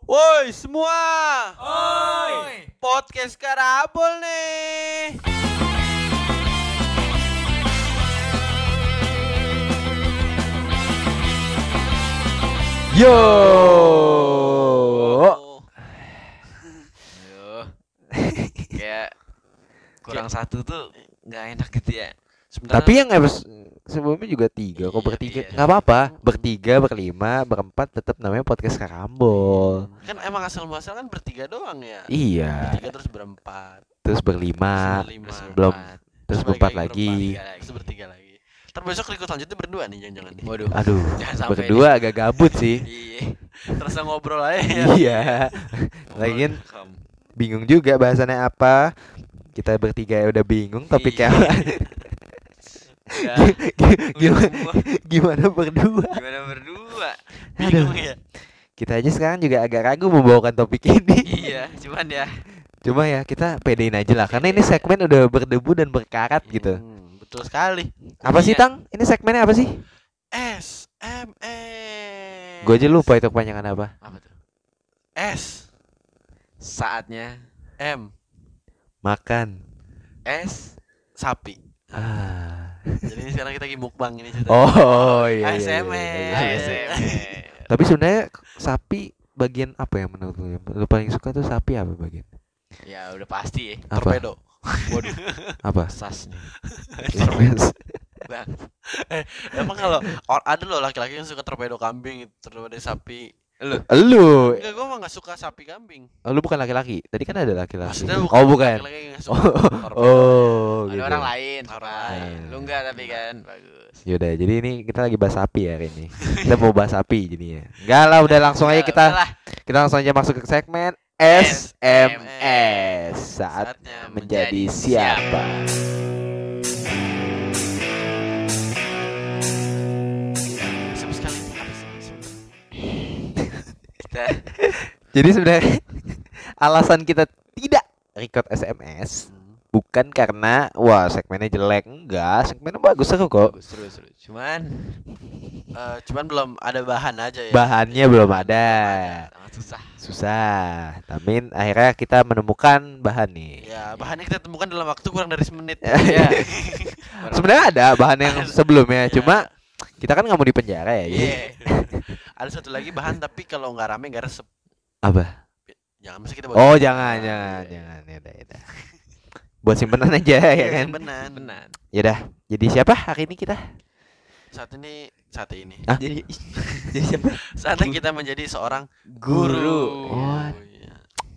Woi semua, Oi. podcast Karabol nih. Yo. Aduh. Kayak kurang satu tuh nggak enak gitu ya. Sebenarnya Tapi yang sebelumnya juga 3 kok, Iya, bertiga iya. nggak apa-apa, bertiga, berlima, berempat tetap namanya podcast Karambol. kan emang asal muasal kan bertiga doang ya. Iya, Bertiga terus berempat. terus berlima, Berlima. belum, terus Balik berempat lagi lagi. berempat, terus bertiga lagi. Ntar besok ikut selanjutnya berdua nih jangan-jangan. Waduh. Aduh, Jangan sampai berdua agak gabut sih. Iya. Terus ngobrol aja ya. Iya, lagian bingung juga bahasannya apa. Kita bertiga udah bingung topiknya apa. Gimana berdua? Gimana berdua? Bingung ya. Kita aja sekarang juga agak ragu membawakan topik ini. Iya, cuman ya. Cuma ya kita pedein aja lah, karena ini segmen udah berdebu dan berkarat gitu. Betul sekali. Apa sih Iya. Tang? Ini segmennya apa sih? SMS. Gue aja lupa itu kepanjangan apa. Apa tuh? S Saatnya M Makan. S. sapi. Ah. Jadi ini sekarang kita lagi mukbang ini cerita. Oh iya. ASMR. ASMR. Tapi sebenarnya sapi bagian apa yang menurut lu paling suka tuh sapi apa bagian? Ya udah pasti ya. Apa? Torpedo. Waduh, Apa? sas nih. Bang. Emang kalau ada loh laki-laki yang suka torpedo kambing, torpedo sapi. Lu. Lu, Enggak, gue mah gak suka sapi kambing. lu bukan laki-laki. Tadi kan ada laki-laki. Maksudnya Oh bukan. laki-laki yang gak suka torpedo. Oh, Ada gitu. orang lain. Orang lain. lain. Lu enggak tapi kan. Bagus. Yaudah, jadi ini kita lagi bahas sapi hari ini. Kita mau bahas sapi jadinya. Enggak lah, udah langsung aja Udahlah. kita langsung aja masuk ke segmen SMS. Saatnya menjadi siapa? Sama sekali apa sih? Kita Jadi sebenarnya alasan kita tidak record SMS bukan karena wah segmennya jelek, enggak, segmennya bagus seru kok. bagus seru. Cuman Cuman belum ada bahan aja ya. Bahannya belum ada. sangat susah. Susah. Tapi akhirnya kita menemukan bahan nih. Ya, bahannya kita temukan dalam waktu kurang dari semenit. Iya. Sebenarnya ada bahan yang sebelumnya, Ya. cuma kita kan nggak mau di penjara ya. Jadi Iya. Ada satu lagi bahan tapi kalau nggak rame nggak resep. apa? Jangan mesti kita Oh, jangan. Ya udah. Buat simpenan aja ya kan. Benar. Benar. Yaudah, jadi siapa hari ini kita? Saat ini Hah? Jadi siapa? saatnya kita menjadi seorang Guru. What? Iya.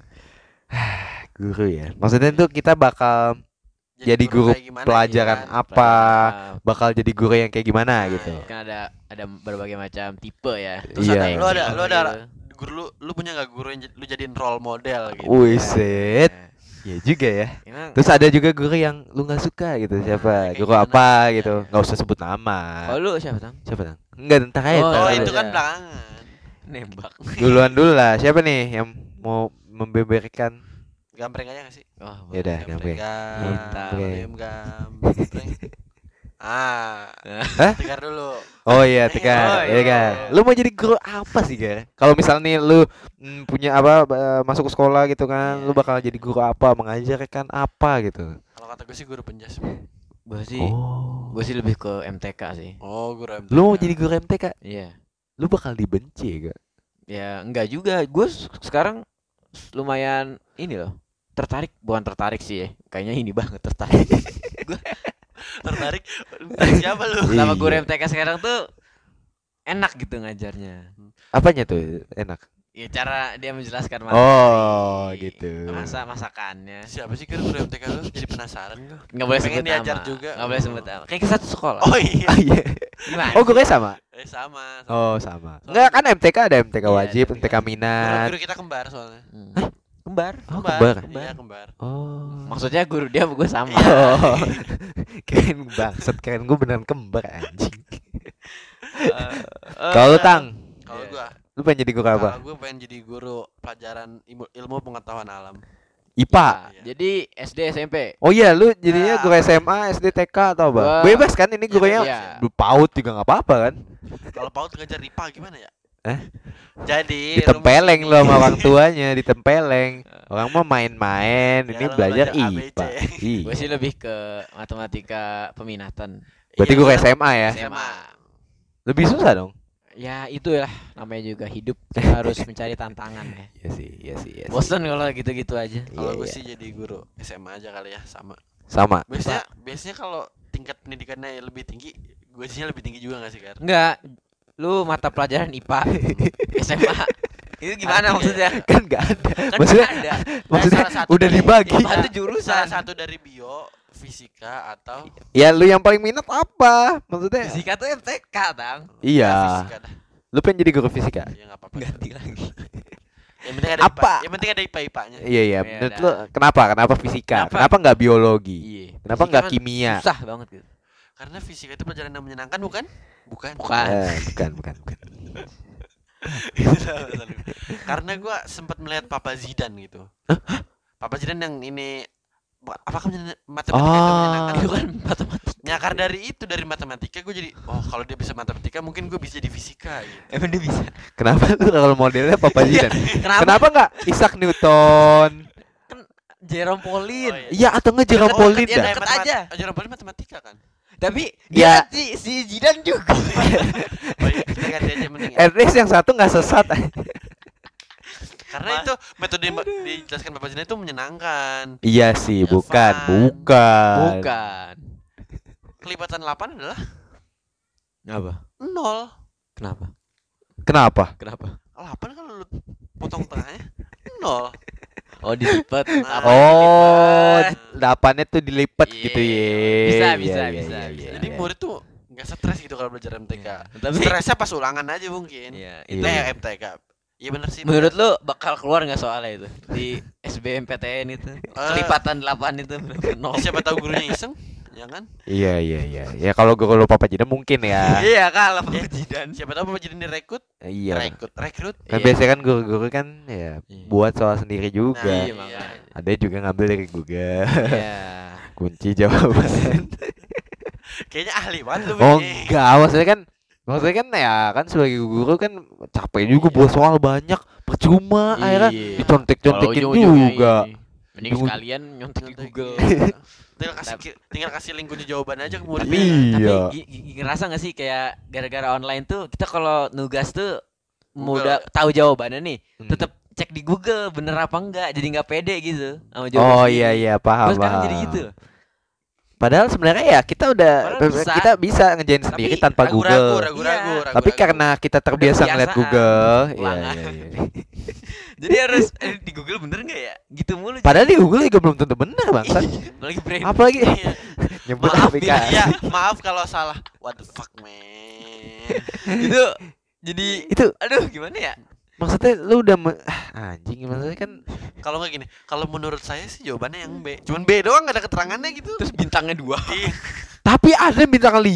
Guru ya. Maksudnya tuh kita bakal jadi guru kayak gimana pelajaran ya? apa? Bakal jadi guru yang kayak gimana Nah, gitu. iya. Kan ada berbagai macam tipe ya. Terus Iya. ada, lu ada gitu. guru lu punya nggak guru yang lu jadiin role model gitu? Wiset. Ya juga ya. Emang Terus ada juga guru yang lu nggak suka gitu. Siapa? kayak Guru gimana? apa Iya, gitu. iya. Nggak usah sebut nama. kalau lu siapa, Tang? Siapa Tang? Enggak, entar aja. Oh, ntar Oh, dulu. itu kan iya. belakangan. Nembak. Duluan dulu lah. Siapa nih yang mau membeberkan? Gambreng aja gak sih? Oh, Yaudah, Gambreng. Gambreng. Gambreng. Ah, Hah? tegar dulu. Oh iya, Oh, Tegar. iya. Iya kan. Lu mau jadi guru apa sih, Gar? Kalau misalnya nih lu punya apa masuk ke sekolah gitu kan, Iya. lu bakal jadi guru apa, mengajarkan apa gitu. Kalau kata gue sih guru penjas. Gue sih Oh. lebih ke MTK sih. Oh, guru MTK. Lu mau jadi guru MTK? Iya. Lu bakal dibenci ya, gak? Ya enggak juga. Gue sekarang lumayan ini loh. Bukan tertarik sih ya. Kayaknya ini banget tertarik. tertarik? Siapa lu? Sama guru Iya. MTK sekarang tuh enak gitu ngajarnya. Apanya tuh enak? Ya cara dia menjelaskan materi. Oh, gitu. Masakannya. Siapa sih guru MTK lu? Jadi penasaran gue. Enggak boleh Pengen sebut diajar nama. juga. Enggak boleh sebut nama. Kayak ke satu sekolah. Oh iya. Ah, iya. Gimana? Oh, gurunya sama? Sama. Oh, sama. Enggak kan MTK ada MTK Iya, wajib, MTK. MTK minat. Guru kita kembar soalnya. Kembar. Oh, kembar. Iya, kembar. Oh. Maksudnya guru dia sama gue sama. Oh. Keren bangsat, keren gue beneran kembar anjing. Kalau lu, Tang, Kalau Iya. gua, lu pengen jadi guru apa? kalau gua pengen jadi guru pelajaran ilmu pengetahuan alam. IPA. Iya. Jadi SD SMP. Oh iya, lu jadinya Ah. guru SMA, SD, TK atau apa? Wah. Bebas kan ini gurunya? Iya. Lu PAUD juga nggak apa-apa kan? Kalau PAUD ngajar IPA gimana ya? Jadi Ditempeleng rumus lo sama ini. orang tuanya, ditempeleng. Orang mah main-main, Ya, ini kalau belajar belajar IPA. ABC. Iya. Gue sih lebih ke matematika peminatan. Berarti Iya, gue kan SMA ya. SMA. Lebih susah dong. Ya itu ya namanya juga hidup, kita harus mencari tantangan ya. Iya sih, iya sih, iya sih. Bosan kalau gitu-gitu aja. Kalau Iya, gue iya. sih jadi guru SMA aja kali ya, sama. Sama. Biasanya kalau tingkat pendidikannya lebih tinggi, gue sih lebih tinggi juga gak sih, Kar? Enggak, lu mata pelajaran IPA SMA itu gimana Artinya maksudnya? Kan nggak ada. Kan Maksudnya ada. maksudnya salah satu udah dari- dibagi. IPA itu jurusan. Salah satu dari bio, fisika atau Ya lu yang paling minat apa? Maksudnya? Fisika tuh MTK, Tang. Iya. fisika dah. Lu pengen jadi guru fisika? Ya enggak apa-apa. Ganti lagi. Yang penting ada Apa? IPA. Yang penting ada IPA-IPA-nya. Iya iya. Ya Menurut udah. lu kenapa? Kenapa fisika? Kenapa? Kenapa nggak biologi? Iya. Kenapa Fisika nggak kan kimia? Susah banget gitu. Karena fisika itu pelajaran yang menyenangkan, bukan? Bukan. Bukan. Bukan. Karena gue sempat melihat Papa Zidane gitu. Papa Zidane yang ini apakah matematika itu menyenangkan? Itu kan matematika. Nyakar dari matematika gue jadi kalau dia bisa matematika mungkin gue bisa jadi fisika gitu. Emang dia bisa. Kenapa lu kalau modelnya Papa Zidane? Kenapa? Kenapa nggak Isaac Newton? Jerome Pauline. Oh, Iya atau nggak Jerome Oh, Pauline iya, dah? deket aja. Jerome Pauline matematika kan. Tapi Ya. dia si Zidane juga. Oh iya, kita ganti aja mending ya. At least yang satu nggak sesat. Karena itu metode yang dijelaskan Bapak Zidane itu menyenangkan. Iya sih, Ya, bukan. Bukan. Kelipatan 8 adalah Apa? 0. Kenapa? Kenapa? Kenapa? 8 kalau lu potong tengahnya 0. Oh, dilipat. Nah, Apa Oh, dilipat? delapannya tuh dilipat Iya. gitu ya. Bisa, Iya, bisa, iya, bisa, iya, bisa. iya, Jadi iya. murid tuh nggak stres gitu kalau belajar MTK. Tapi Stresnya pas ulangan aja mungkin. iya, Iya. itu MTK. Iya bener sih. menurut lu bakal keluar nggak soalnya itu di SBMPTN itu? Kelipatan 8 itu nol. Siapa tahu gurunya iseng, ya kan? Iya, iya, iya. Ya kalau gue lupa Papa Zidane mungkin ya. Iya, kalau Iya. Jidan. Siapa tahu Bapak jadi direkrut, Iya. rekrut. Kan Iya. biasanya kan guru-guru kan ya Iya. buat soal sendiri juga. Nah, Iya, iya. makanya. Ada juga ngambil dari Google. Iya. Kunci jawaban. Kayaknya ahli banget lu. Oh Bi. enggak, maksudnya kan ya kan sebagai guru kan capek juga buat soal banyak, percuma akhirnya Iya. dicontek-contekin Kalau ujung-ujungnya juga. ini, mending Ujung- sekalian nyontek di Google. Tinggal kasih link kunci jawaban aja ke murid. Tapi Iya. ngerasa gak sih kayak gara-gara online tuh kita kalau nugas tuh Google. mudah tahu jawabannya nih, Hmm. tetap cek di Google bener apa enggak, jadi nggak pede gitu sama Oh jawaban iya sendiri. iya paham Gua sekarang paham. jadi gitu. Padahal sebenarnya ya kita udah Padahal bisa. ngerjain sendiri Tapi tanpa Google. Ragu-ragu. Iya. Tapi karena kita terbiasa ngeliat kebiasaan. Google, iya Ulangan. iya iya. Jadi harus di Google bener nggak ya? Gitu mulu. Padahal di Google juga belum tentu benar bangsat. Apalagi brain. Apalagi Iya. nyebut Maaf, aplikasi. Iya, maaf kalau salah. What the fuck, man. Itu jadi Itu aduh gimana ya? maksudnya lu udah anjing maksudnya kan Kalau nggak gini, kalau menurut saya sih jawabannya yang B. Cuman B doang, nggak ada keterangannya gitu. Terus bintangnya 2. Iya. tapi ada yang bintang 5.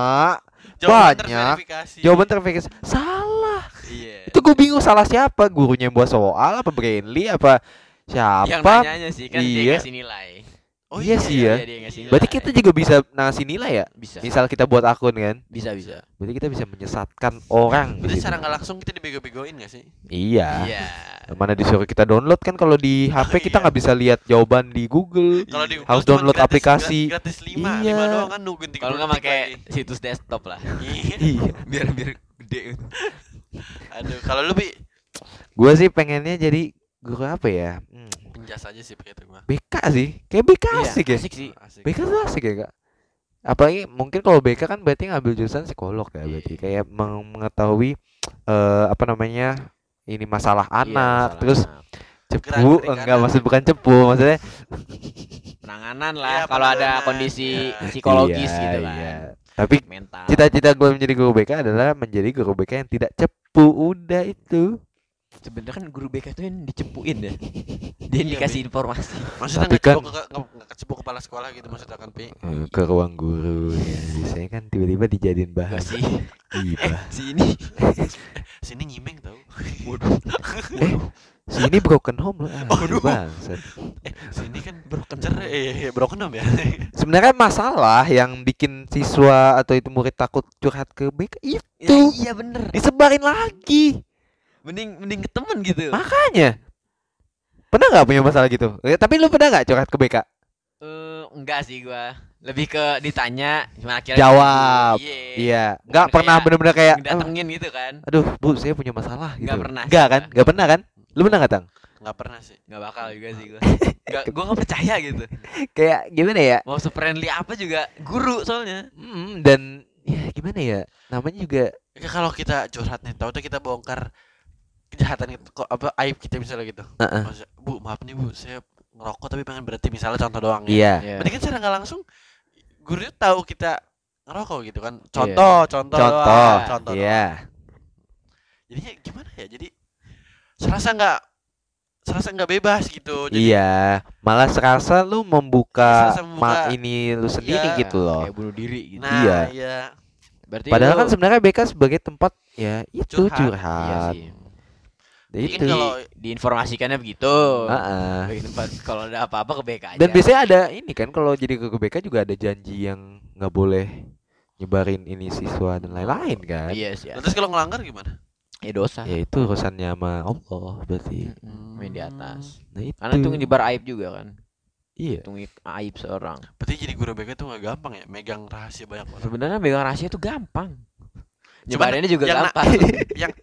Jawaban Banyak. terverifikasi. Jawaban terverifikasi salah. Iya. Itu gue bingung salah siapa? Gurunya yang buat soal apa Brainly apa Yang siapa? nanyanya sih kan Iya. dia ngasih nilai. Oh Iya sih ya. Iya, dia ngasih nilai. Berarti kita juga bisa ngasih nilai ya? bisa. Misal kita buat akun kan? Bisa. Berarti kita bisa menyesatkan orang. Berarti gitu. secara nggak langsung kita dibego-begoin nggak sih? Iya. Iya. Mana disuruh kita download kan kalau di HP kita iya. nggak bisa lihat jawaban di Google. Kalau di Harus Google cuma download aplikasi. Gratis 5, Iya. 5 doang kan nungguin 3 Kalau nggak pakai situs desktop lah. Iya. Iya. biar gede. Aduh, kalau lu Bi Gue sih pengennya jadi guru apa ya? penjas aja sih kata gua. BK sih. Kayak BK asik ya. Asik sih. Asik. BK tuh asik ya kak. Apalagi mungkin kalau BK kan berarti ngambil jurusan psikolog ya berarti kayak mengetahui apa namanya ini masalah Iya, anak masalah terus anak. cepu Gerak-gerik enggak anak. maksud bukan cepu maksudnya penanganan lah Iya, kalau ada penanganan. kondisi Iya. psikologis Iya, gitu kan. iya. Tapi Mental. cita-cita gue menjadi guru BK adalah menjadi guru BK yang tidak cepu udah itu. Sebenarnya kan guru BK itu yang dicepuin ya. Dia yang Iya, dikasih Bi. informasi. Maksudnya Tapi nggak kan- nggak kecebok kepala sekolah gitu maksudnya kan Pi. Ke ruang guru ya biasanya kan tiba-tiba dijadiin bahan Enggak sih. gibah. Si ini. Sini nyimeng tau. Waduh. Sini broken home loh. Aduh. Bangsat. Sini kan broken broken home ya. Sebenarnya masalah yang bikin siswa atau itu murid takut curhat ke BK itu Iya bener. disebarin lagi. Mending ke temen gitu. Makanya pernah nggak punya masalah gitu? Tapi lu pernah nggak curhat ke BK? Enggak sih gua. Lebih ke ditanya gimana akhirnya Jawab. Iya. Iya. Nggak Bukan pernah kayak bener-bener kayak Datengin gitu kan. aduh bu saya punya masalah gitu. Nggak pernah sih Nggak kan? gua. Nggak pernah kan? Lu pernah nggak Tang? Nggak pernah sih. Nggak bakal juga sih gua. Gua nggak percaya gitu. Kayak gimana ya? Mau se-friendly apa juga guru soalnya. Dan ya gimana ya? Namanya juga Ya, kalau kita curhat nih, tahu tuh kita bongkar kejahatan itu kok apa aib kita misalnya gitu. Maksudnya, Bu, maaf nih Bu, saya ngerokok tapi pengen berhenti misalnya contoh doang ya. iya. Iya. Berarti kan secara nggak langsung guru itu tahu kita ngerokok gitu kan. Iya. Contoh Contoh. doang, contoh doang. Iya. Jadinya gimana ya? Jadi serasa nggak bebas gitu. Jadi Iya, malah serasa lu membuka, Serasa membuka- ini lu sendiri Iya. gitu loh. Kayak bunuh diri gitu. nah, Iya. iya. Berarti Padahal lu- kan sebenarnya BK sebagai tempat ya itu Curhat. iya curhat. sih. Mungkin Itu. kalau Diinformasikannya begitu. Heeh. Bagi tempat kalau ada apa-apa ke BK aja. Dan biasanya ada ini kan kalau jadi ke BK juga ada janji yang nggak boleh nyebarin ini siswa dan lain-lain kan. Iya sih. terus kalau ngelanggar gimana? Ya dosa. Ya itu urusannya sama Allah berarti. Main di atas. Nah itu. Karena itu nyebar aib juga kan. Iya. Itu aib seorang. Berarti jadi guru BK tuh nggak gampang ya, megang rahasia banyak orang. Sebenarnya megang rahasia itu gampang. Cuman Nyebarinnya juga yang gampang. Yang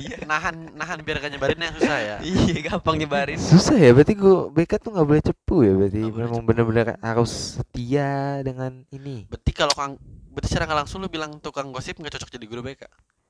nahan biar gak nyebarinnya susah ya. Iya, gampang nyebarin. Susah ya berarti gua BK tuh nggak boleh cepu ya berarti Nggak boleh memang cepu. benar-benar harus setia dengan ini. Berarti secara nggak langsung lu bilang tukang gosip nggak cocok jadi guru BK.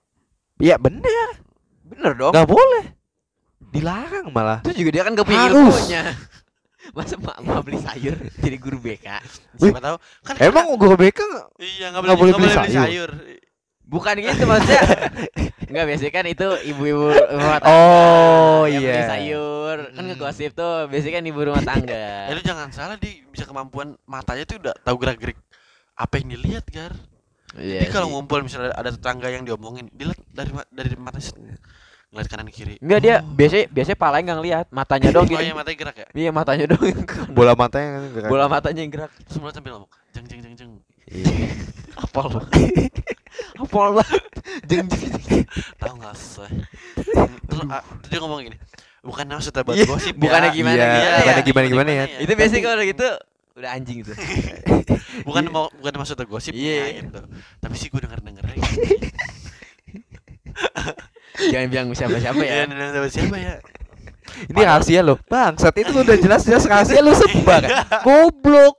Iya bener, Bener dong. nggak boleh, dilarang malah. Itu juga dia kan gak punya Harus. ilmunya. Masa mak beli sayur jadi guru BK? Siapa tahu kan Emang guru BK nggak? iya nggak boleh beli beli sayur? sayur. Bukan gitu maksudnya. Enggak, biasanya kan itu ibu-ibu rumah tangga. Oh, yang beli iya. sayur. Kan ngegosip tuh, biasanya kan ibu rumah tangga. Lu jangan salah dia bisa kemampuan matanya tuh udah tahu gerak-gerik apa yang dilihat, Gar. Iya Jadi kalau sih. ngumpul misalnya ada tetangga yang diomongin, dilihat dari matanya ngeliat kanan kiri. Enggak, dia biasanya palanya enggak ngeliat, matanya doang Oh gitu. iya, matanya gerak ya. Iya, matanya doang yang gerak. Bola matanya kan gerak. Bola matanya yang gerak. Terus mulut sambil ngomong, jeng jeng jeng jeng. Iya. Apol. Apol banget. Jeng jeng. Tahu enggak sih? Terus dia ngomong gini. Bukan maksudnya buat Iya, gosip ya. bukannya gimana Iya, gimana bukannya ya. gimana ya. Itu biasanya kalau gitu udah anjing itu. bukan maksudnya gosip Iya. gitu. Tapi sih gue denger Jangan bilang siapa-siapa ya. ya. Siapa ya? Ini rahasia loh, bangsat itu udah jelas-jelas rahasia lu sebar. Goblok.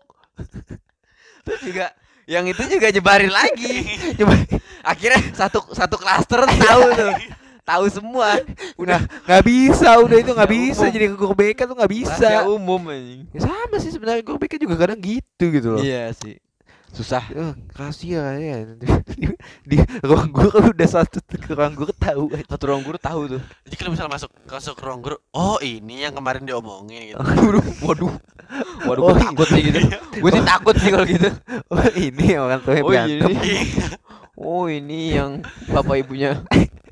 Terus juga yang itu juga nyebarin lagi. Coba Akhirnya satu klaster tahu tuh. Tahu semua. udah nggak bisa, udah itu nggak Rahasia bisa umum. jadi guru BK tuh nggak bisa. Rahasia umum anjing. Ya sama sih sebenarnya guru BK juga kadang gitu loh. Iya sih. Susah. Rahasia ya. Di ruang guru udah satu ruang guru tahu aja. Satu ruang guru tahu tuh. Jadi kalau misalnya masuk ke ruang guru, oh ini yang kemarin diomongin gitu. Waduh. Waduh, Oh, gue takut sih gitu. Gue sih takut sih kalau gitu. Oh ini orang tuanya Oh berantem. ini. Oh ini yang bapak ibunya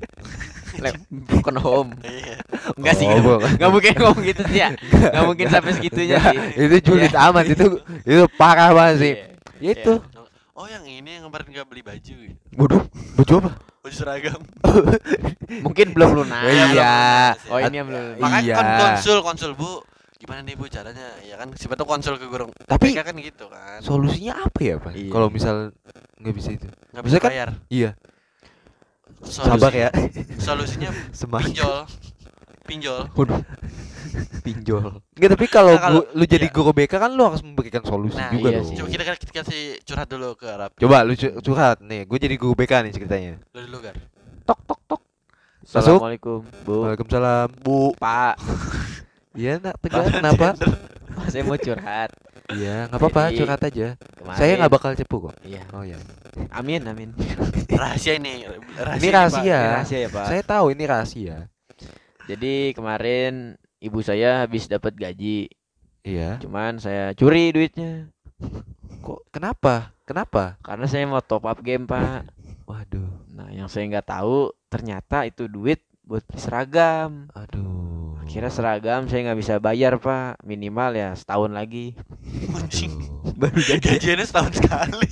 broken home. Iya. Enggak sih. Oh, Enggak mungkin ngomong gitu sih ya. Enggak mungkin sampai segitunya sih. Itu julid Iya. amat itu parah banget sih. Iya. Ya itu. Oh yang ini yang kemarin gak beli baju gitu. Waduh, baju apa? Baju seragam. Mungkin belum lunas. Oh, iya. Oh ini yang belum. Makanya Iya. konsul Bu. Gimana nih Bu caranya? Ya kan siapa tahu konsul ke guru. Tapi- mereka kan gitu kan. Solusinya apa ya, Pak? Iya. Kalau misal nggak bisa itu. Nggak bisa Bisa kan? bayar. Iya, Solusi- sabar ya. Solusinya Semangat. pinjol. Waduh. Pinjol. Enggak, tapi kalau Nah, kalau- lu jadi iya. guru BK kan lu harus memberikan solusi Nah, juga iya dong. sih. Coba kita kasih curhat dulu ke Arab. Coba lu curhat nih, gue jadi guru BK nih ceritanya. Lu dulu Gar. Tok tok tok. Masuk. Assalamualaikum, Bu. Waalaikumsalam, Bu. Pak, Iya, nak tegar kenapa? saya mau curhat. Iya, nggak apa-apa, Jadi, curhat aja. Kemarin, Saya nggak bakal cepu kok. Iya. Oh ya. Amin, amin. Rahasia ini. Ini rahasia. Ini rahasia ya, Pak. Saya tahu ini rahasia. Jadi kemarin ibu saya habis dapat gaji, Iya. cuman saya curi duitnya Kok kenapa? Kenapa? karena saya mau top up game, Pak. Waduh. Nah, yang saya nggak tahu ternyata itu duit buat beli seragam. Aduh. Kira seragam saya nggak bisa bayar Pak, minimal ya setahun lagi. Anjing. Baru gajian. Gajiannya setahun sekali.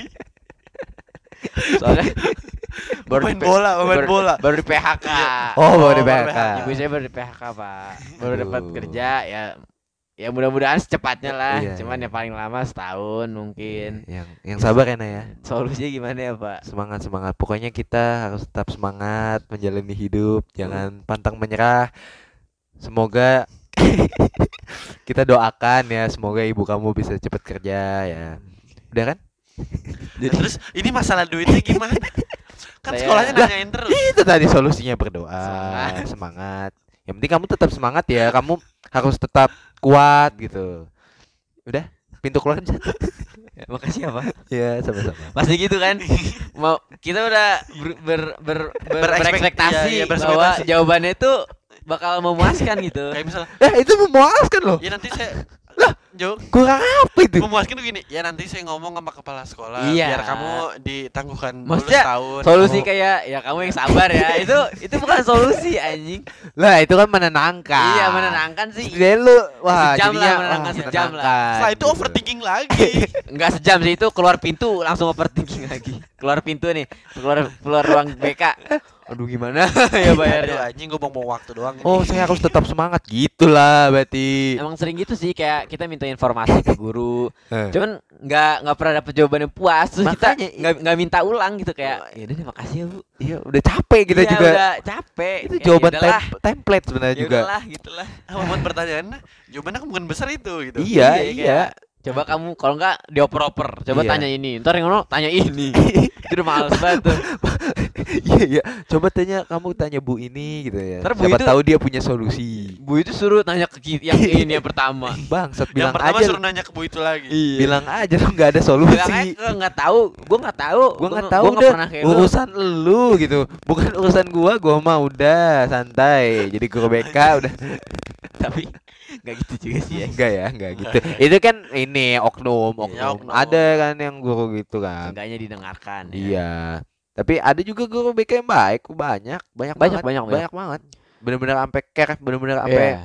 Soalnya Main bola, main bola. baru di PHK. Oh, baru di baru PHK. Ibu saya baru di PHK Pak, baru dapat Aduh. kerja ya. Ya mudah-mudahan secepatnya lah. Iya, Cuman iya. ya paling lama setahun mungkin. Yang sabar ya, Nay ya. Solusinya gimana ya Pak? Semangat. Pokoknya kita harus tetap semangat menjalani hidup, jangan pantang menyerah. Semoga kita doakan ya, semoga ibu kamu bisa cepat kerja ya. Udah kan? Terus ini masalah duitnya gimana? Kan Saya- sekolahnya nanyain terus. Itu tadi solusinya, berdoa, Semangat. semangat. Yang penting kamu tetap semangat ya. Kamu harus tetap kuat gitu. Udah, pintu keluar aja. Makasih ya Pak. Ya, sama-sama. Pasti gitu kan. Mau kita udah berekspektasi Iya, bahwa berekspektasi. jawabannya itu bakal memuaskan gitu. Kayak misalnya, Itu memuaskan loh. ya nanti saya Jo, Kurang apa itu? memuaskan tuh gini. Ya nanti saya ngomong sama kepala sekolah Iya. biar kamu ditangguhkan dulu Maksudnya setahun. solusi Oh. kayak ya kamu yang sabar ya. Itu bukan solusi anjing. Lah, itu kan menenangkan. Iya, menenangkan sih. Jadi lu wah, Sejam lah, jadinya, menenangkan wah, sejam lah. menenangkan Setelah itu gitu. overthinking lagi. Enggak sejam sih, itu keluar pintu langsung overthinking lagi. Keluar pintu nih, keluar ruang BK. Aduh gimana ya Aduh bayarnya. anjing gue mau waktu doang. Oh, saya harus tetap semangat gitulah berarti. Emang sering gitu sih, kayak kita minta informasi ke guru. Eh. Cuman nggak pernah dapet jawaban yang puas. Terus kita Makanya, nggak minta ulang gitu kayak. Ya udah deh, makasih ya Bu. Iya, udah capek kita Iya, juga. udah capek. Itu Ya jawaban udahlah, template sebenarnya ya juga. udahlah gitulah. Aman pertanyaannya, jawabannya kemungkinan besar itu gitu. Iya, Iya, iya. kayak, coba kamu kalau nggak dioper-oper, coba Iya. tanya ini. Ntar yang ngono tanya ini. Itu udah males banget tuh. Iya, iya. Coba kamu tanya Bu ini gitu ya. Ntar Bu Siapa itu- tahu dia punya solusi. Bu itu suruh tanya ke yang ini yang pertama. Bangsat, Yang bilang pertama aja. suruh nanya ke Bu itu lagi. Iya. Bilang aja lu nggak ada Bilang solusi. aja nggak tahu, gua nggak tahu, Gua nggak tahu gua nggak udah pernah kayak lu. urusan lu gitu. Bukan urusan gua mah udah santai. Jadi guru BK udah Tapi nggak gitu juga sih ya. enggak gitu. Itu kan ini oknum. Iya, oknum. Ada kan yang guru gitu kan. Enggaknya didengarkan. Ya. Iya. Tapi ada juga guru BK yang baik, banyak Banyak, banget. banyak. Banyak banget. Bener-bener sampai care, bener-bener sampai Iya.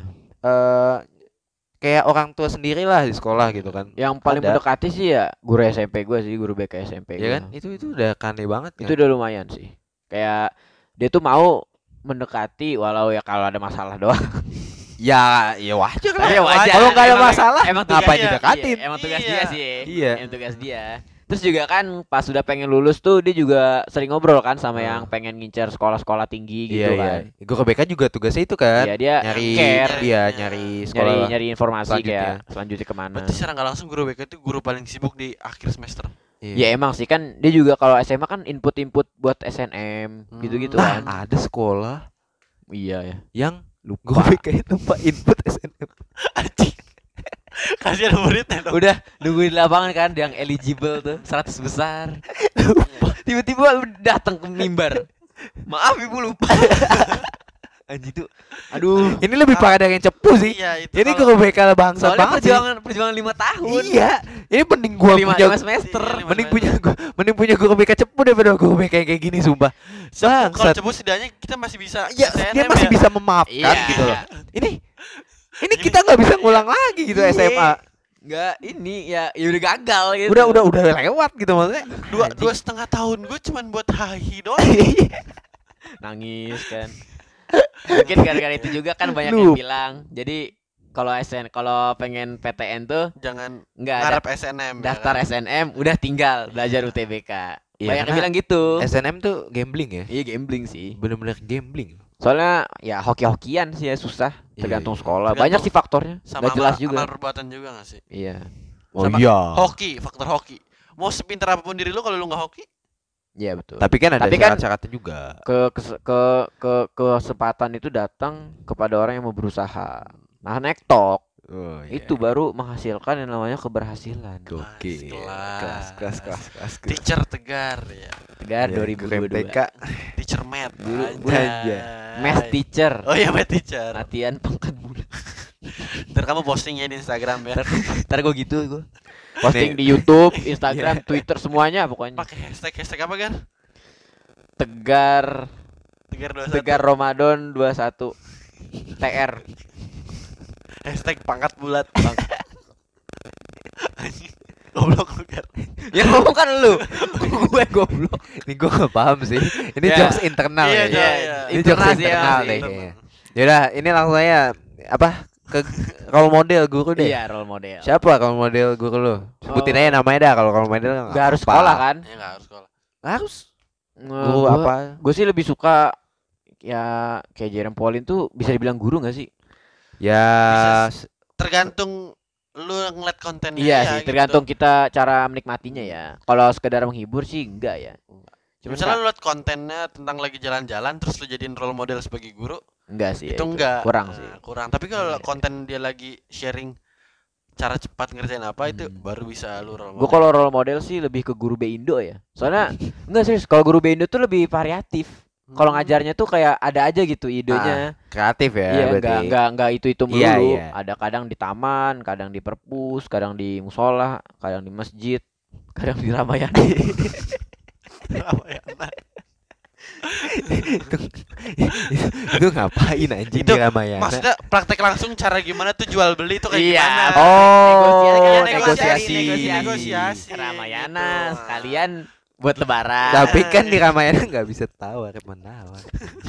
kayak orang tua sendiri lah di sekolah gitu kan. Yang paling Ada. mendekati sih ya guru SMP gua sih, guru BK SMP Ya gua. kan? Itu udah kane banget Itu kan. udah lumayan sih. Kayak dia tuh mau mendekati walau ya kalau ada masalah doang. Ya wajar lah. Tapi ya wajar. Kalau nggak ada Emang- masalah, emang ngapain tugasnya- didekatin? Iya, emang tugas Iya. dia sih. Iya. Emang tugas dia. Terus juga kan pas sudah pengen lulus tuh dia juga sering ngobrol kan sama Hmm. yang pengen ngincar sekolah-sekolah tinggi gitu Iya, kan. iya. Guru BK juga tugasnya itu kan. Iya, dia Nyari care, dia nyari sekolah. nyari informasi selanjutnya. kayak selanjutnya kemana. Berarti secara nggak langsung guru BK itu guru paling sibuk di akhir semester. Ya emang sih kan dia juga kalau SMA kan input buat SNM gitu-gitu Nah, kan. ada sekolah Iya ya. yang guru BK lupa input SNM. Anjing. Kasihan muridnya dong. Udah nungguin di lapangan kan yang eligible tuh 100 besar. Tiba-tiba datang ke mimbar. Maaf Ibu lupa. Anjing tuh. Aduh. Ini lebih parah dari yang cepu sih. Iya, itu Ini kalau- guru BK lah bangsa Soalnya banget sih. perjuangan 5 tahun. Iya, ini mending gua 5 punya semester. Iya, mending punya guru BK cepu daripada guru BK yang kayak gini sumpah. Kalau Bangsat. cepu setidaknya kita masih bisa. Ya, dia SNM masih ya. bisa memaafkan Iya. gitu loh. Ini kita nggak bisa ngulang lagi gitu Iya. SMA. Enggak, ini ya udah gagal gitu. Udah lewat gitu maksudnya. Dua setengah tahun gue cuman buat hahi doang. Nangis kan. Mungkin gara-gara itu juga kan banyak Lu. yang bilang. Jadi kalau pengen PTN tuh Jangan enggak ada ngarep SNM. ya daftar kan? SNM udah tinggal belajar UTBK. Iya, Banyak yang karena bilang gitu. SNM tuh gambling ya. Iya gambling sih. Bener-bener gambling. Soalnya ya hoki-hokian sih ya susah. Iya, Tergantung iya. sekolah. Tergantung Banyak sih faktornya. Sama Gak jelas amal juga. perbuatan juga gak sih? Iya. Oh Sama iya. Hoki, faktor hoki. Mau sepintar apapun diri lu kalau lu nggak hoki, Iya betul. Tapi kan ada Tapi kan- syarat-syaratnya juga. Kesempatan itu datang kepada orang yang mau berusaha. Nah, nektok Oh, iya. itu baru menghasilkan yang namanya keberhasilan. Gokil. Kelas. Teacher Tegar ya. Tegar Iya, 2022. BK. Teacher Math. Dulu Anjay. Math teacher. Oh iya Math teacher. Latihan pangkat bulan. Ntar kamu postingnya di Instagram ya. Ntar gue gitu gue. Posting di YouTube, Instagram, Twitter semuanya pokoknya. Pakai hashtag apa kan? Tegar Tegar 21. Tegar Ramadan 21 TR. Hashtag pangkat bulat. Anjing. Goblok lu kan. Ya ngomong kan lu. Gue goblok. Ini gue gak paham sih. Ini Ya. jokes internal Iya, ya. iya, iya. Ini Internal jokes sih, internal ya, deh sih. kayaknya. Yaudah, ini langsung aja apa ke role model guru deh. Iya, role model. Siapa role model guru lu? Sebutin aja namanya dah kalau role model Gak harus sekolah kan? Ya enggak harus sekolah. Harus. Guru apa? Gue sih lebih suka ya kayak Jerome Pauline tuh bisa dibilang guru gak sih? Ya Bisa tergantung lu ngeliat kontennya Iya ya, sih, gitu. tergantung kita cara menikmatinya ya. Kalau sekedar menghibur sih enggak ya. Cuman Misalnya lu liat kontennya tentang lagi jalan-jalan terus lu jadiin role model sebagai guru, enggak sih. ya itu enggak. kurang Nah, sih. Kurang. Tapi kalau Iya. konten dia lagi sharing cara cepat ngerjain apa itu Hmm. baru bisa lu role Gue model. kalau role model sih lebih ke guru B Indo ya. Soalnya enggak serius, kalau guru B Indo tuh lebih variatif. Kalau Hmm. ngajarnya tuh kayak ada aja gitu idenya. kreatif ya Iya, berarti. enggak itu melulu. Iya, iya. Ada kadang di taman, kadang di perpus, kadang di musola, kadang di masjid, kadang di Ramayana. Ramayana. Itu ngapain anjing Itu di Ramayana? Maksudnya praktek langsung cara gimana tuh jual beli itu kayak Iya. gimana? Oh, negosiasi. negosiasi. Ke Ramayana Gitu. sekalian buat lebaran. Tapi kan di Ramayana nggak bisa tawar menawar.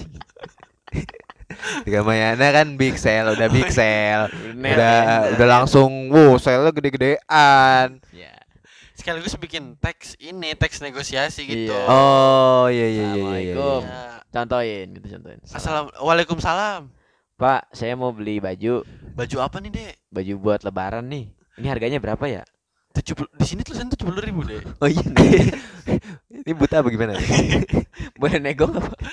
Di Ramayana kan big sale, udah big sale. Net, Udah langsung, wow, sale gede-gedean. ya. Sekaligus bikin teks negosiasi gitu. Iya. Oh, iya iya iya iya. Assalamualaikum. iya. Ya. Contohin gitu contohin. Waalaikumsalam. Pak, saya mau beli baju Baju apa nih, Dek? baju buat lebaran nih. Ini harganya berapa ya? 70 di sini tulisan 70.000, Dek. Oh iya. nih. Ini buta apa gimana? Boleh nego nggak Pak?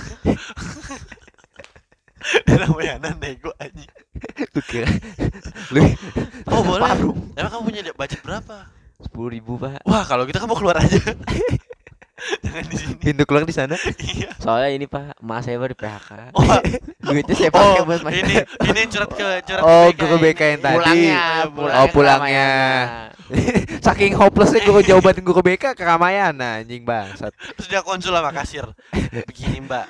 Ramayana nego anjing. Lu kira lu Oh, boleh. Emang kamu punya budget berapa? 10.000 Pak. Wah, kalau gitu kamu keluar aja. Jangan di sini. pintu keluar di sana? Iya. Soalnya ini Pak, emak saya baru di PHK. Oh, Duitnya saya pakai oh, buat main. ini curhat ke Oh, BK guru BK yang ini. tadi. Pulangnya, Oh, ke pulangnya. Ramayana. Saking hopelessnya guru jawabin guru BK ke Ramayana anjing bangsat. Terus dia konsul sama kasir. Begini, Mbak.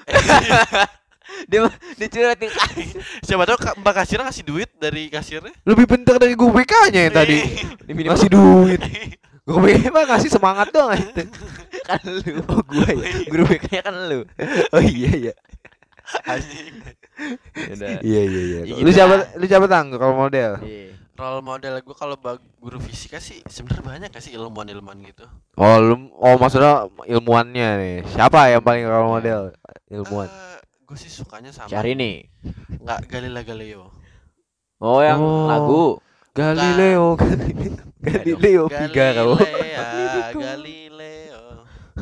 Dia curhatin Siapa tahu Mbak kasir ngasih duit dari kasirnya. Lebih pintar dari guru BK-nya yang tadi. di minimal Ngasih duit. Guru BK mah ngasih semangat doang itu. kan lu. Oh, gua ya. Guru BK-nya kan lu. Oh iya iya. Anjing. Yaudah. Iya iya iya. Ya Lu gitu siapa lah. lu siapa tang kalau model? Iya. Role model gue kalau guru fisika sih sebenarnya banyak gak sih ilmuwan-ilmuwan gitu. Oh maksudnya ilmuannya nih. Siapa yang paling role model ilmuwan? Gue sih sukanya sama Cari nih. nggak Galileo. Oh, yang Oh. lagu. Galileo, Galileo Figaro. Galileo.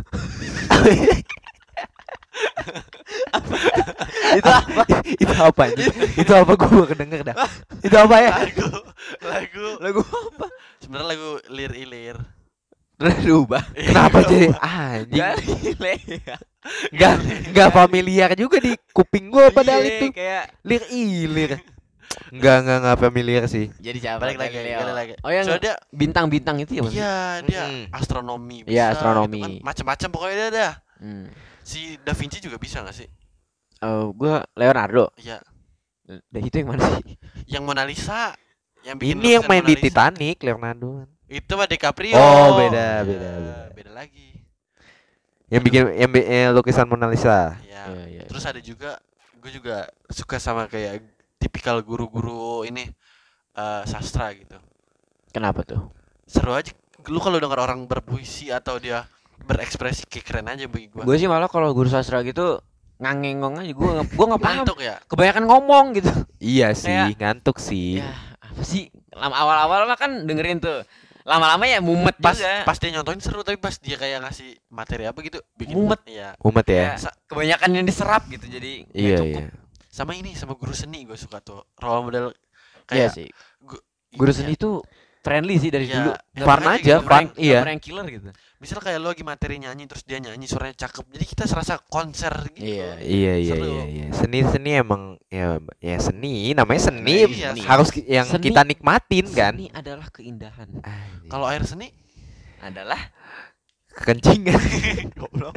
Itu apa? Itu apa anjing? Itu apa gua baru kedenger dah. Itu apa ya? Lagu apa? Sebenarnya lagu Lir Ilir. Berubah. Kenapa jadi anjing? Galilea. Enggak familiar juga di kuping gua padahal Iya, itu. kayak Lir ilir. Enggak familiar sih. jadi siapa? Balik lagi, Galileo. balik lagi. Oh, yang Soalnya dia bintang-bintang itu ya maksudnya? iya dia Mm-mm. astronomi bisa. Iya, astronomi. Gitu kan. Macam-macam pokoknya dia dah. Hmm. Si Da Vinci juga bisa gak sih? Gua Leonardo. Iya. Dan itu yang mana sih? Yang Mona Lisa. Yang bikin Ini yang lukisan main Mona di Lisa. Titanic, Leonardo. Itu mah DiCaprio. Oh, beda, Iya, beda. beda lagi. Yang bikin lukisan Mona Lisa. Ya. Iya. Terus ada juga gue juga suka sama kayak tipikal guru-guru ini sastra gitu. Kenapa tuh? Seru aja. Lu kalau denger orang berpuisi atau dia berekspresi kayak keren aja bagi gua. Gue sih malah kalau guru sastra gitu ngangengong aja. Gua nggak paham. Ngantuk ya. Kebanyakan ngomong gitu. Iya sih, Kayak- ngantuk sih. Ya apa sih? Awal-awal mah kan dengerin tuh. Lama-lama ya mumet Pas juga. pas dia nyontoin seru tapi pas dia kayak ngasih materi apa gitu bikin Mumet. Iya. Umat Ya, ya. kebanyakan yang diserap gitu jadi nggak Iya cukup. iya. Sama ini sama guru seni gue suka tuh. Role model Iya kayak sih. gu- Guru ini seni ya. tuh friendly sih dari Iya, dulu. yang Fun makanya aja, gitu. fun. Iya. Nggak pernah yang killer gitu. Misal kayak lo lagi materi nyanyi terus dia nyanyi suaranya cakep. Jadi kita serasa konser gitu. Iya, Iya iya Seru. iya iya. Seni emang ya seni, namanya seni. Iya, Harus yang Seni- kita nikmatin kan. Seni adalah keindahan. Anjing. Kalau air seni Adalah Kekencingan. goblok.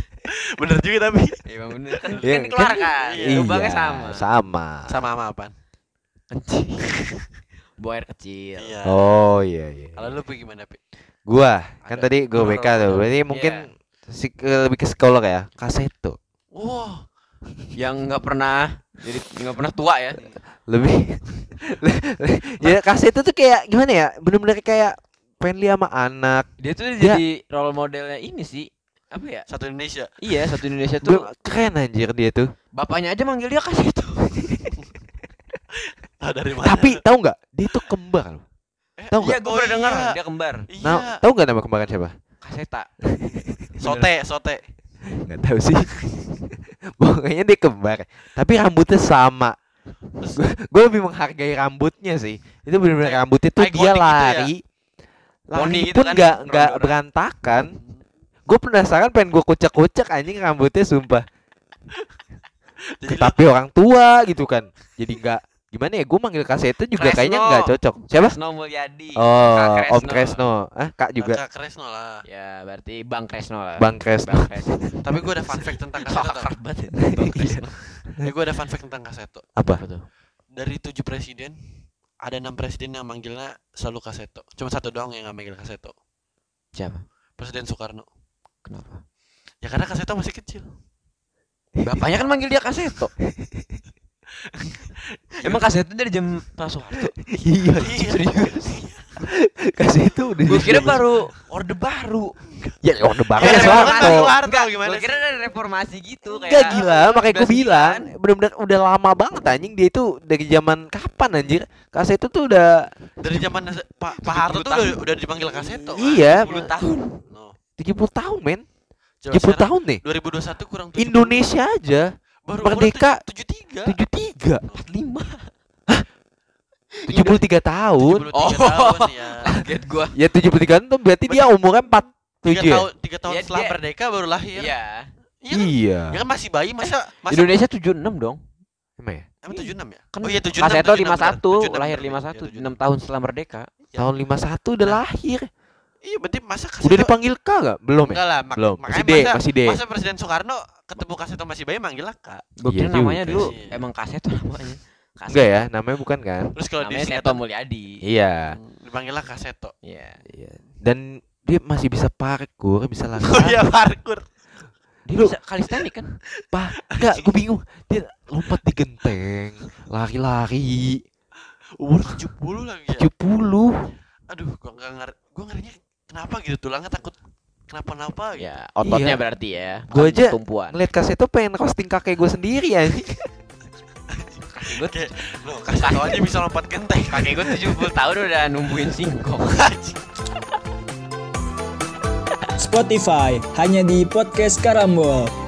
Bener juga tapi Iya bener kan Iya, dikeluarkan. iya, Lubangnya Iya, sama. sama. sama apaan? Anjing. Buang air kecil. Iya. Oh iya iya. Kalau lu Pi, gimana Pi? Gua kan Ada tadi gua BK tuh. Berarti mungkin lebih ke psikolog ya. Kaseto. Wah, Yang nggak pernah jadi nggak pernah tua ya. Lebih ya kaseto tuh kayak gimana ya? Bener-bener kayak friendly sama anak. Dia tuh Dia- jadi role modelnya ini sih. Apa ya? satu Indonesia. Iya, satu Indonesia tuh. Keren anjir dia tuh. Bapaknya aja manggil dia Kaseto. Tahu dari mana? Tapi tahu nggak? Dia tuh kembar loh. Tahu Iya, nggak? gue Oh, pernah dengar iya. dia kembar. Iya. Nah, tahu nggak nama kembaran siapa? Kaseta. Sote. Nggak tahu sih. Pokoknya dia kembar. Tapi rambutnya sama. Gue lebih menghargai rambutnya sih. Itu benar-benar rambutnya tuh Ikonik dia gitu ya. lari. Lari Poni gitu pun kan, nggak ronda-ronda. berantakan. Gue penasaran pengen gue kucek-kucek anjing rambutnya sumpah. Jadi lu Tapi orang tua gitu kan. Jadi nggak gimana ya? Gue manggil Kaseto juga Kresno. kayaknya nggak cocok. Siapa? Kresno Mulyadi. Oh, Kak Om Kresno. Kak juga. Kakak Kresno lah. Ya, berarti Bang Kresno lah. Bang Kresno. Bang Kresno. Tapi gue ada fun fact tentang Kok Kaseto. akrab banget ya, Bang Kresno. Gue ada fun fact tentang Kaseto. Apa? Apa tuh? Dari 7 presiden, ada 6 presiden yang manggilnya selalu Kaseto. Cuma satu doang yang nggak manggil Kaseto. Siapa? Presiden Soekarno. Kenapa? Ya karena Kaseto masih kecil. Bapaknya kan manggil dia Kaseto. Emang Kaseto dari jam Pak Soeharto? Iya. Serius? Kaseto udah. Gue kira baru orde baru. Ya orde baru Ya, ya Soeharto. Soeharto. Soeharto gimana Gue sih? kira ada reformasi gitu kayak. Enggak gila, makanya gue 1999. bilang bener-bener udah lama banget anjing dia itu dari zaman kapan anjir? Kaseto tuh udah Dari zaman Pak Harto tuh udah dipanggil Kaseto. kan? iya 10 tahun. No. 70 tahun men. Coba 70 sekarang tahun nih. 2021 kurang 70. Indonesia aja baru merdeka 73. 73. 45. 73 tahun. 73 Oh. tahun ya. Kaget gua. Ya 73 tahun tuh berarti dia umurnya 47 ya? 3 tahun Ya, setelah dia- merdeka baru lahir. Iya. Iya. Kan? Iya. Ya kan masih bayi masa Indonesia 76 dong. Emang ya? emang 76 ya? Kan Oh iya 76. Kaseto 76, 51, lahir 51, 6 tahun setelah merdeka. Ya. Tahun 51 udah lahir. Iya berarti masa Kaseto Udah dipanggil K gak? Belum ya? enggak lah, Belum. makanya Masih D, masih D. Masa Presiden Soekarno ketemu Kaseto masih bayi manggil Kak. Gue Iya kira namanya juga dulu sih. emang Kaseto namanya. Kaseto. Enggak ya, namanya bukan kan? Terus kalau di Namanya singkatan Seto Mulyadi. Iya. dipanggil Kaseto. Iya. Iya. Dan dia masih bisa parkour, bisa lari. Oh iya parkur. Dia Lu- bisa kalistenik kan? Enggak, gue bingung. Dia lompat di genteng, lari-lari. Umur 70 lagi ya. 70. Aduh, gua ngerinya kenapa gitu tulangnya takut kenapa-napa gitu. Ya, ototnya Iya. berarti ya. Gua bukan aja tumpuan. Ngeliat Kaseto pengen roasting kakek gue sendiri anjing. Gue Kayak lo Kaseto aja bisa lompat genteng. kakek gue 70 tahun udah numbuhin singkong. Spotify hanya di podcast Karambol.